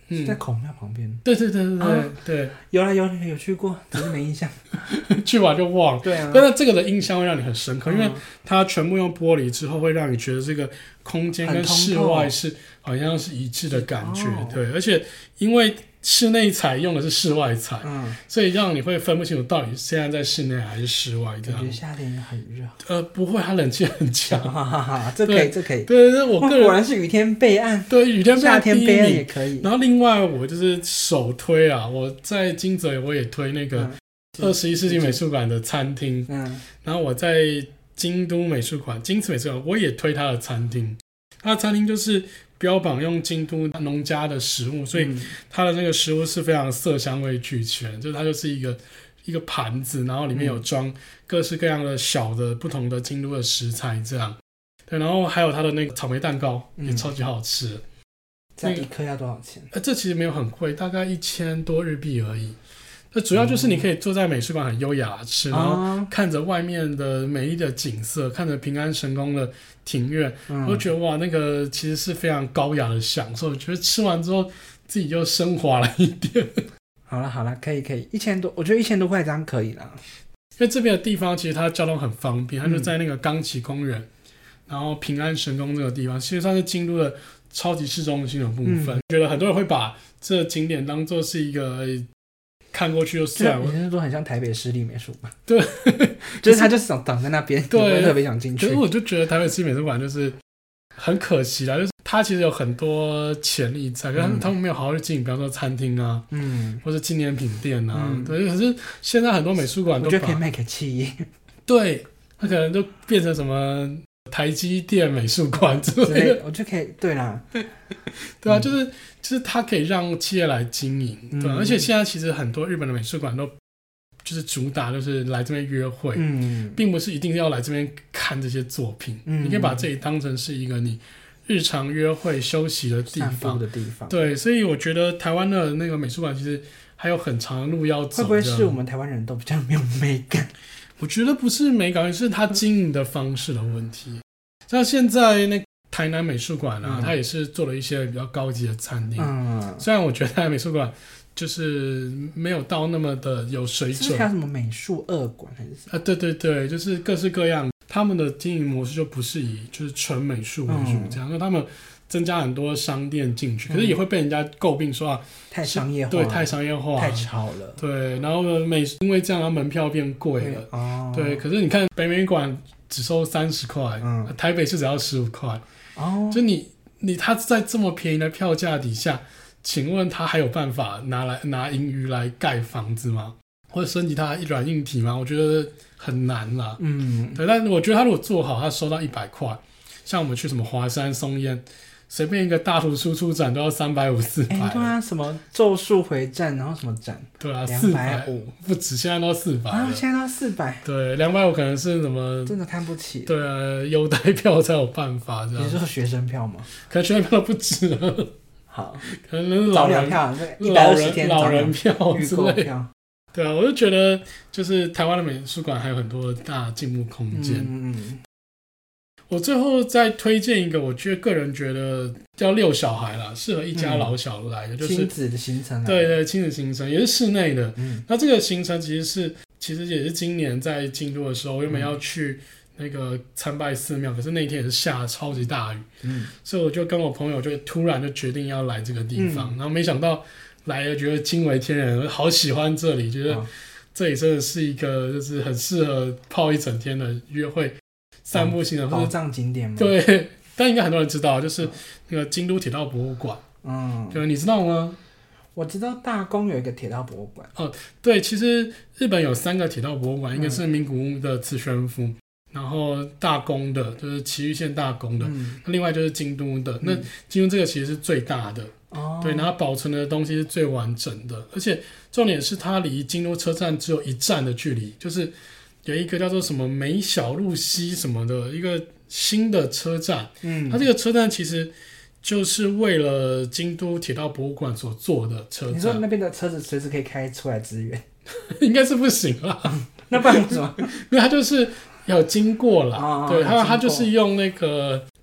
是在孔庙旁边。 对对对对对、对， 有去过，只是没印象。 去完就忘了。 对啊， 但是这个的印象会让你很深刻，因为它全部用玻璃之后，会让你觉得这个空间跟室外是好像是一致的感觉。对，而且因为室内彩用的是室外彩，所以让你会分不清楚到底现在在室内还是室外这样。 感觉夏天很热。 不会，它冷气很强。 这可以，这可以。 对对，我个人果然是雨天备案。 对，雨天备案， 夏天备案也可以。 然后另外我就是首推啊，我在金泽我也推那个21世纪美术馆的餐厅。然后我在京都美术馆、京瓷美术馆，我也推它的餐厅。它的餐厅就是标榜用京都农家的食物，所以它的那个食物是非常色香味俱全，就是它就是一个盘子，然后里面有装各式各样的小的不同的京都的食材这样。对，然后还有它的那个草莓蛋糕也超级好吃。 这样一颗要多少钱？ 这其实没有很贵，大概1000多日币而已。那主要就是你可以坐在美术馆很优雅的吃，然后看着外面的美丽的景色，看着平安神宫的庭院，我就觉得哇，那个其实是非常高雅的享受。我觉得吃完之后自己就升华了一点。 好了，可以，1000多，我觉得1000多块这样可以啦。 因为这边的地方其实它交通很方便，它就在那个冈崎公园，然后平安神宫这个地方，其实算是京都的超级市中心的部分。觉得很多人会把这个景点当作是一个看过去就算了。 你是说很像台北市立美术馆？ 对， 就是它就是挡在那边，对，我特别想进去。 可是我就觉得台北市立美术馆就是很可惜啦，就是它其实有很多潜力在，可是他们没有好好去经营，比方说餐厅啊，或是纪念品店啊，对。可是现在很多美术馆都我觉得可以卖给企业， 对，它可能就变成什么台积电美术馆之类的， 我就可以，对啦， 对啊，就是它可以让企业来经营，对，而且现在其实很多日本的美术馆都就是主打就是来这边约会，并不是一定要来这边看这些作品，你可以把这里当成是一个你日常约会休息的地方，对，所以我觉得台湾的那个美术馆其实还有很长的路要走。 会不会是我们台湾人都比较没有美感？ 我觉得不是美感，是它经营的方式的问题。像现在那台南美术馆啊，它也是做了一些比较高级的餐厅。虽然我觉得台南美术馆就是没有到那么的有水准。 是还有什么美术2馆还是什么？ 对对对，就是各式各样。他们的经营模式就不是以就是纯美术为主这样，因为他们增加很多商店进去，可是也会被人家诟病说太商业化， 对，太商业化， 太潮了， 对，然后因为这样，门票变贵了，对。可是你看北美馆只收30块，台北市只要15块，就他在这么便宜的票价底下，请问他还有办法拿盈余来盖房子吗？或者升级它软硬体吗？我觉得很难啦。对，但我觉得他如果做好，他收到100块，像我们去什么华山松烟，随便一个大图输出展都要350、400。 对啊，什么咒术回战，然后什么展？ 对啊 ，250 不止，现在都400 啊，现在都400。 对，250可能是什么？ 真的看不起。 对啊，优待票才有办法这样。 你是说学生票吗？ 可能学生票都不止了。 好， 可能老人票，120天老人票之类的。 对啊，我就觉得就是台湾的美术馆还有很多大进步空间。我最后再推荐一个，我个人觉得叫遛小孩啦，适合一家老小来的，就是亲子的行程。 对对，亲子行程也是室内的。那这个行程其实也是今年在京都的时候，我原本要去那个参拜寺庙，可是那一天也是下超级大雨，所以我就跟我朋友就突然就决定要来这个地方，然后没想到来了，觉得惊为天人，我好喜欢这里，觉得这里真的是一个就是很适合泡一整天的约会、散步型的宝藏景点吗？ 对，但应该很多人知道，就是那个京都铁道博物馆。对，你知道吗？ 我知道大宫有一个铁道博物馆。 对，其实日本有3个铁道博物馆，一个是名古屋的磁悬浮，然后大宫的就是埼玉县大宫的，另外就是京都的。那京都这个其实是最大的。对，然后保存的东西是最完整的，而且重点是它离京都车站只有1站的距离，就是有一个叫做什么梅小路溪什么的一个新的车站。它这个车站其实就是为了京都铁道博物馆所做的车站。 你说那边的车子随时可以开出来支援？ 应该是不行啦。 那不然为什么？ 因为它就是有经过啦，对，它就是用那个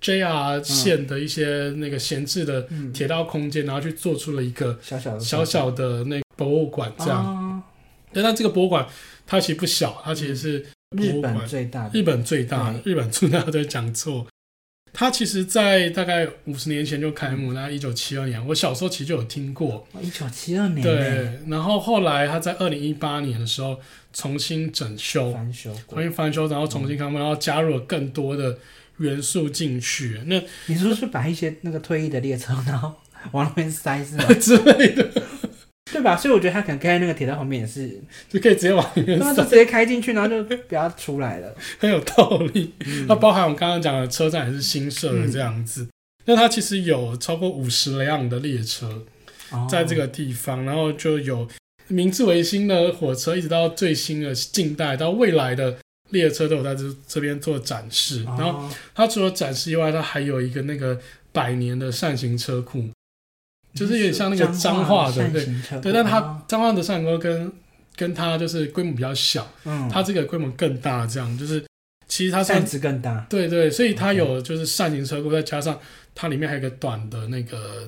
JR 线的一些那个闲置的铁道空间，然后去做出了一个小小的那个博物馆这样。但这个博物馆它其实不小，它其实是日本最大的， 日本最大的讲错。它其实在大概50年前就开幕，那1972年，我小时候其实就有听过。 1972年。 对，然后后来它在2018年的时候重新翻修，然后重新开幕，然后加入了更多的元素进去。那你说是把一些那个退役的列车，然后往那边塞是吗？ 之类的。 对吧？所以我觉得他可能开在那个铁道旁边也是， 就可以直接往里面塞， 就直接开进去，然后就不要出来了， 很有道理。那包含我刚刚讲的车站也是新设的这样子。那它其实有超过50辆的列车在这个地方，然后就有明治维新的火车，一直到最新的近代到未来的列车都有在这边做展示。然后它除了展示以外，它还有一个那个100年的扇形车库。就是有点像那个彰化的，对，但它彰化的扇形车跟它就是规模比较小，它这个规模更大，这样就是其实它扇子更大， 对，所以它有就是扇形车库，再加上它里面还有一个短的那个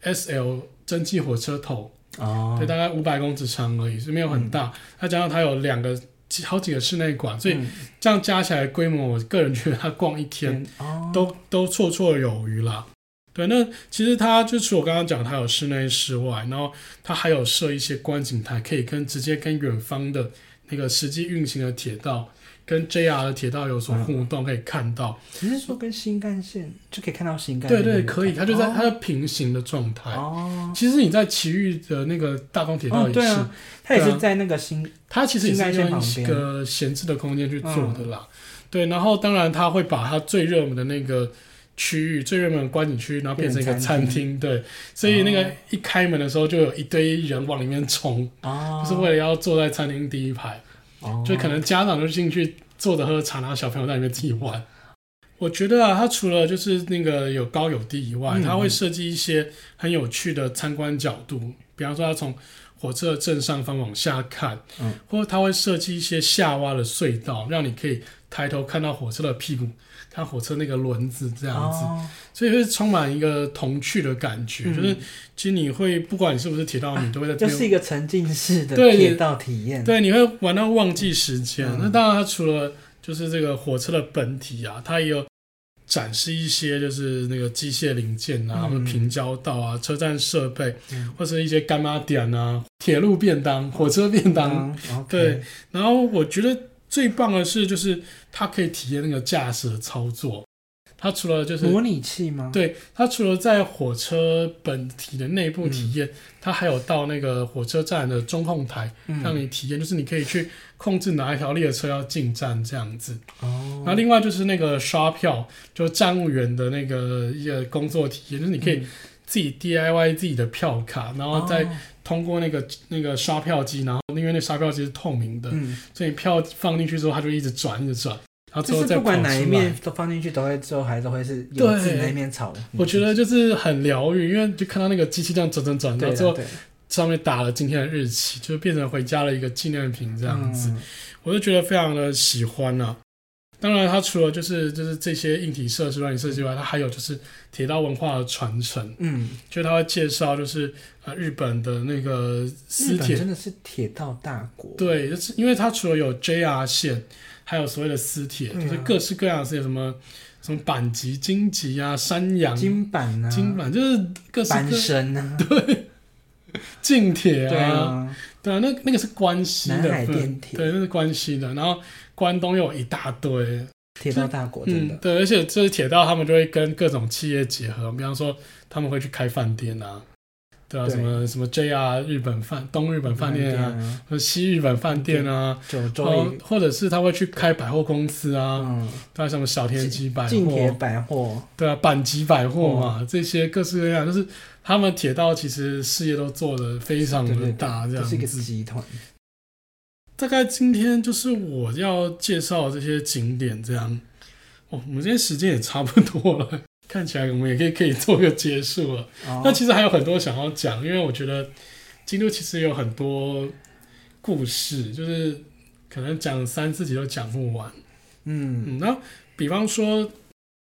SL 蒸汽火车头，对，大概500公尺长而已，所以没有很大。再加上它有好几个室内馆，所以这样加起来规模，我个人觉得它逛一天都绰绰有余啦。对，那其实它就除我刚刚讲，它有室内室外，然后它还有设一些观景台，可以直接跟远方的那个实际运行的铁道，跟 JR 的铁道有所互动，可以看到。 你是说跟新干线就可以看到新干线？ 对，可以，它就在它的平行的状态。其实你在埼玉的那个大东铁道也是， 它也是在那个它其实也是用一个闲置的空间去做的啦。对，然后当然它会把它最热门的那个区域最热门的观景区，然后变成一个餐厅，对，所以那个一开门的时候就有一堆人往里面冲，就是为了要坐在餐厅第一排，就可能家长就进去坐着喝茶，然后小朋友在里面自己玩。我觉得它除了就是那个有高有低以外，它会设计一些很有趣的参观角度，比方说它从火车的正上方往下看，或者它会设计一些下挖的隧道，让你可以抬头看到火车的屁股，看火车那个轮子这样子，所以会充满一个童趣的感觉。就是其实你会不管你是不是铁道迷，都会在这边， 就是一个沉浸式的铁道体验。 对，你会玩到忘记时间。那当然，它除了就是这个火车的本体啊，它也有展示一些就是那个机械零件啊，或者平交道啊、车站设备，或者一些干妈点啊、铁路便当、火车便当。对，然后我觉得最棒的是，就是它可以体验那个驾驶的操作。它除了就是模拟器吗？ 对，它除了在火车本体的内部体验，它还有到那个火车站的中控台让你体验，就是你可以去控制哪一条列车要进站这样子。然后另外就是那个刷票，就站务员的那个一个工作体验，就是你可以自己 DIY 自己的票卡，然后再通过那个刷票机，然后因为那刷票机是透明的，所以票放进去之后，它就一直转，一直转。 就是不管哪一面都放进去，都会最后还是会是有自己那一面朝。 我觉得就是很疗愈，因为就看到那个机器这样转，然后之后上面打了今天的日期，就变成回家了一个纪念品这样子，我就觉得非常的喜欢啊。当然，它除了就是这些硬体设施、软体设施之外，它还有就是铁道文化的传承。就它会介绍就是日本的那个私铁， 真的是铁道大国。 对，就是因为它除了有 JR 线。还有所谓的私铁，就是各式各样的私铁，什么阪急、京急啊、山阳、 京阪啊， 京阪就是各式各阪神啊， 对，近铁啊， 对啊，那个是关西的， 南海电铁， 对，那是关西的。然后关东又有一大堆铁道大国，真的， 对，而且这些铁道他们就会跟各种企业结合，比方说他们会去开饭店啊。对啊，什么 JR 东日本饭店啊，或者西日本饭店啊，或者是他会去开百货公司啊，对啊，什么小田急百货、 近铁百货， 对啊，阪急百货嘛，这些各式各样，就是他们铁道其实事业都做得非常的大，这样子， 是一个集团。 大概今天就是我要介绍这些景点，这样，我们今天时间也差不多了。看起来我们也可以做个结束了。那其实还有很多想要讲，因为我觉得京都其实有很多故事，就是可能讲3-4集都讲不完。然后比方说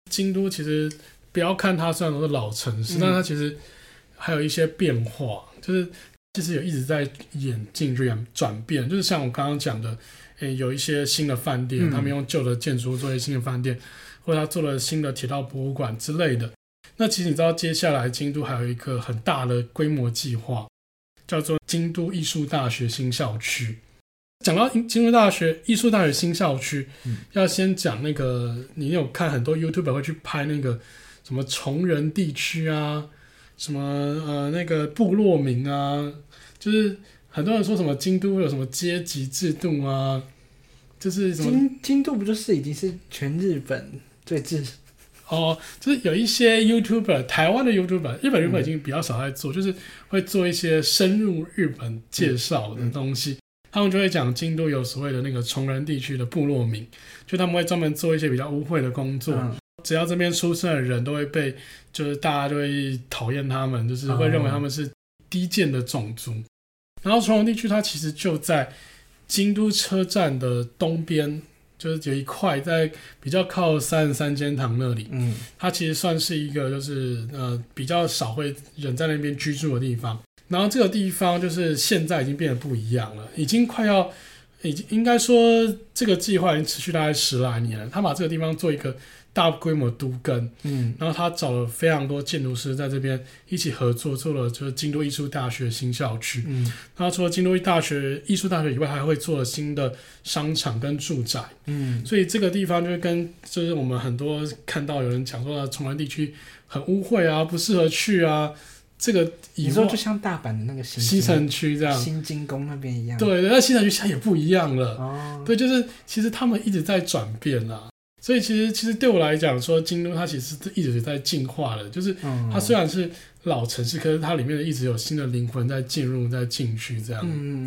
京都其实不要看它虽然都是老城市，但它其实还有一些变化，就是其实有一直在演进转变，就是像我刚刚讲的，有一些新的饭店，他们用旧的建筑做一些新的饭店，或者他做了新的铁道博物馆之类的。那其实你知道，接下来京都还有一个很大的规模计划，叫做京都艺术大学新校区。讲到京都艺术大学新校区，要先讲那个，你有看很多 YouTuber 会去拍那个什么崇仁地区啊，什么那个部落民啊，就是很多人说什么京都有什么阶级制度啊，就是什么京都不就是已经是全日本最就是有一些 YouTuber， 台湾的 YouTuber， 日本 YouTuber 已经比较少在做，就是会做一些深入日本介绍的东西。他们就会讲京都有所谓的那个崇仁地区的部落民，就他们会专门做一些比较污秽的工作，只要这边出生的人都会被，就是大家就会讨厌他们，就是会认为他们是低贱的种族。然后崇仁地区它其实就在京都车站的东边，就是有一块在比较靠33间堂那里，它其实算是一个就是比较少会人在那边居住的地方。然后这个地方就是现在已经变得不一样了，已经应该说这个计划已经持续大概10来年了。他把这个地方做一个大规模都更，然后他找了非常多建筑师在这边一起合作，做了就是京都艺术大学新校区。然后除了京都艺术大学以外，还会做了新的商场跟住宅。所以这个地方就是我们很多看到有人讲说崇仁地区很污秽啊，不适合去啊。这个你说就像大阪的那个西城区这样， 新津宫那边一样。 对，那西城区现在也不一样了。对，就是其实他们一直在转变啦。所以其实对我来讲说，京都它其实一直在进化的，就是它虽然是老城市，可是它里面一直有新的灵魂在进入、在进去这样。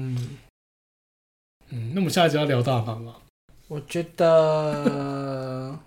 那我们下一集要聊大阪吗？ 我觉得，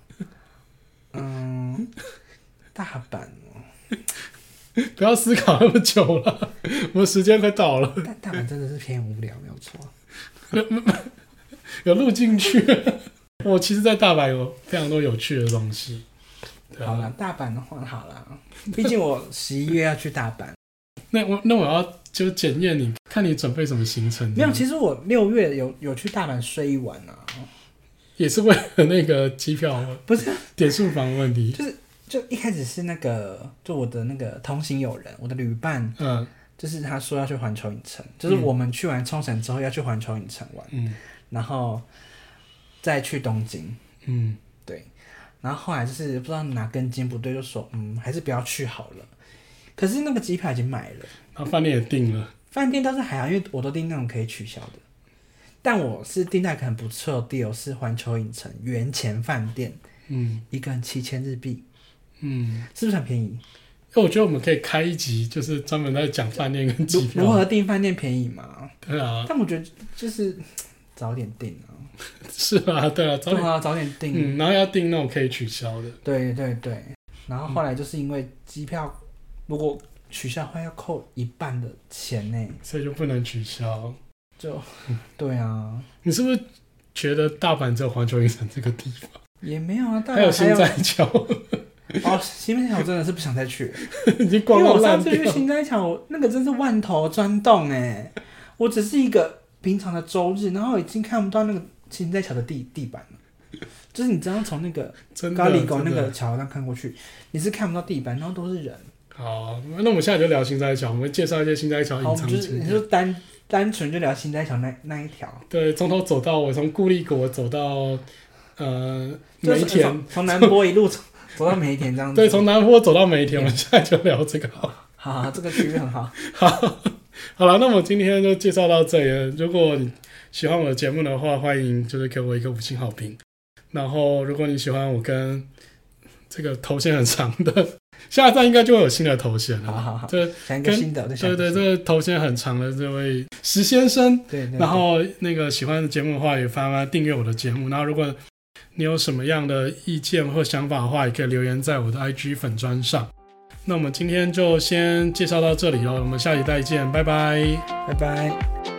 大阪不要思考那么久了，我们时间快到了。 大阪真的是偏无聊，没有错。 有录进去。我其实，在大阪有非常多有趣的东西。 好了，大阪的话，好了，毕竟我11月要去大阪。 那我要就检验你，看你准备什么行程。 没有，其实我6月有去大阪睡一晚啊。 也是为了那个机票， 不是点数房的问题。 就一开始是那个，就我的那个同行友人，我的旅伴，就是他说要去环球影城，就是我们去完冲绳之后要去环球影城玩，然后再去东京，对，然后后来就是不知道哪根筋不对，就说还是不要去好了。可是那个机票已经买了， 然后饭店也订了， 饭店倒是还好，因为我都订那种可以取消的。但我是订到一个很不错的 deal， 是环球影城原前饭店，一个人7000日币，是不是很便宜？ 因为我觉得我们可以开一集，就是专门在讲饭店跟机票如何订饭店便宜嘛。 对啊， 但我觉得就是早点订啊。 是啊，对啊， 早点订， 然后要订那种可以取消的。 对对对，然后后来就是因为机票如果取消的话要扣1半的钱呢， 所以就不能取消。 对啊， 你是不是觉得大阪只有环球影城这个地方？ 也没有啊，大阪还有心斋桥。 心斋桥真的是不想再去了， 已经逛到烂掉。 因为我上次去心斋桥，那个真是万头钻洞哎！我只是一个平常的周日，然后已经看不到那个心斋桥的地板了。就是你只要从那个高丽沟那个桥上看过去，你是看不到地板，然后都是人。 好，那我们现在就聊心斋桥，我们会介绍一些心斋桥隐藏景点。 你就单纯就聊心斋桥那一条。 对，从头走到尾，从固力国走到梅田， 从南波一路走到梅田这样子。 对，从南波走到梅田，我们现在就聊这个。 好，这个区域很好。 好了，那我今天就介绍到这里了。如果你喜欢我的节目的话，欢迎就是给我一个5星好评。然后，如果你喜欢我跟这个头衔很长的，下一站应该就会有新的头衔了。 好，想一个新的， 对，这个头衔很长的这位石先生。对。然后那个喜欢的节目的话，也麻烦订阅我的节目。然后，如果你有什么样的意见或想法的话，也可以留言在我的 IG 粉专上。那我们今天就先介绍到这里咯，我们下集再见，拜拜， 拜拜。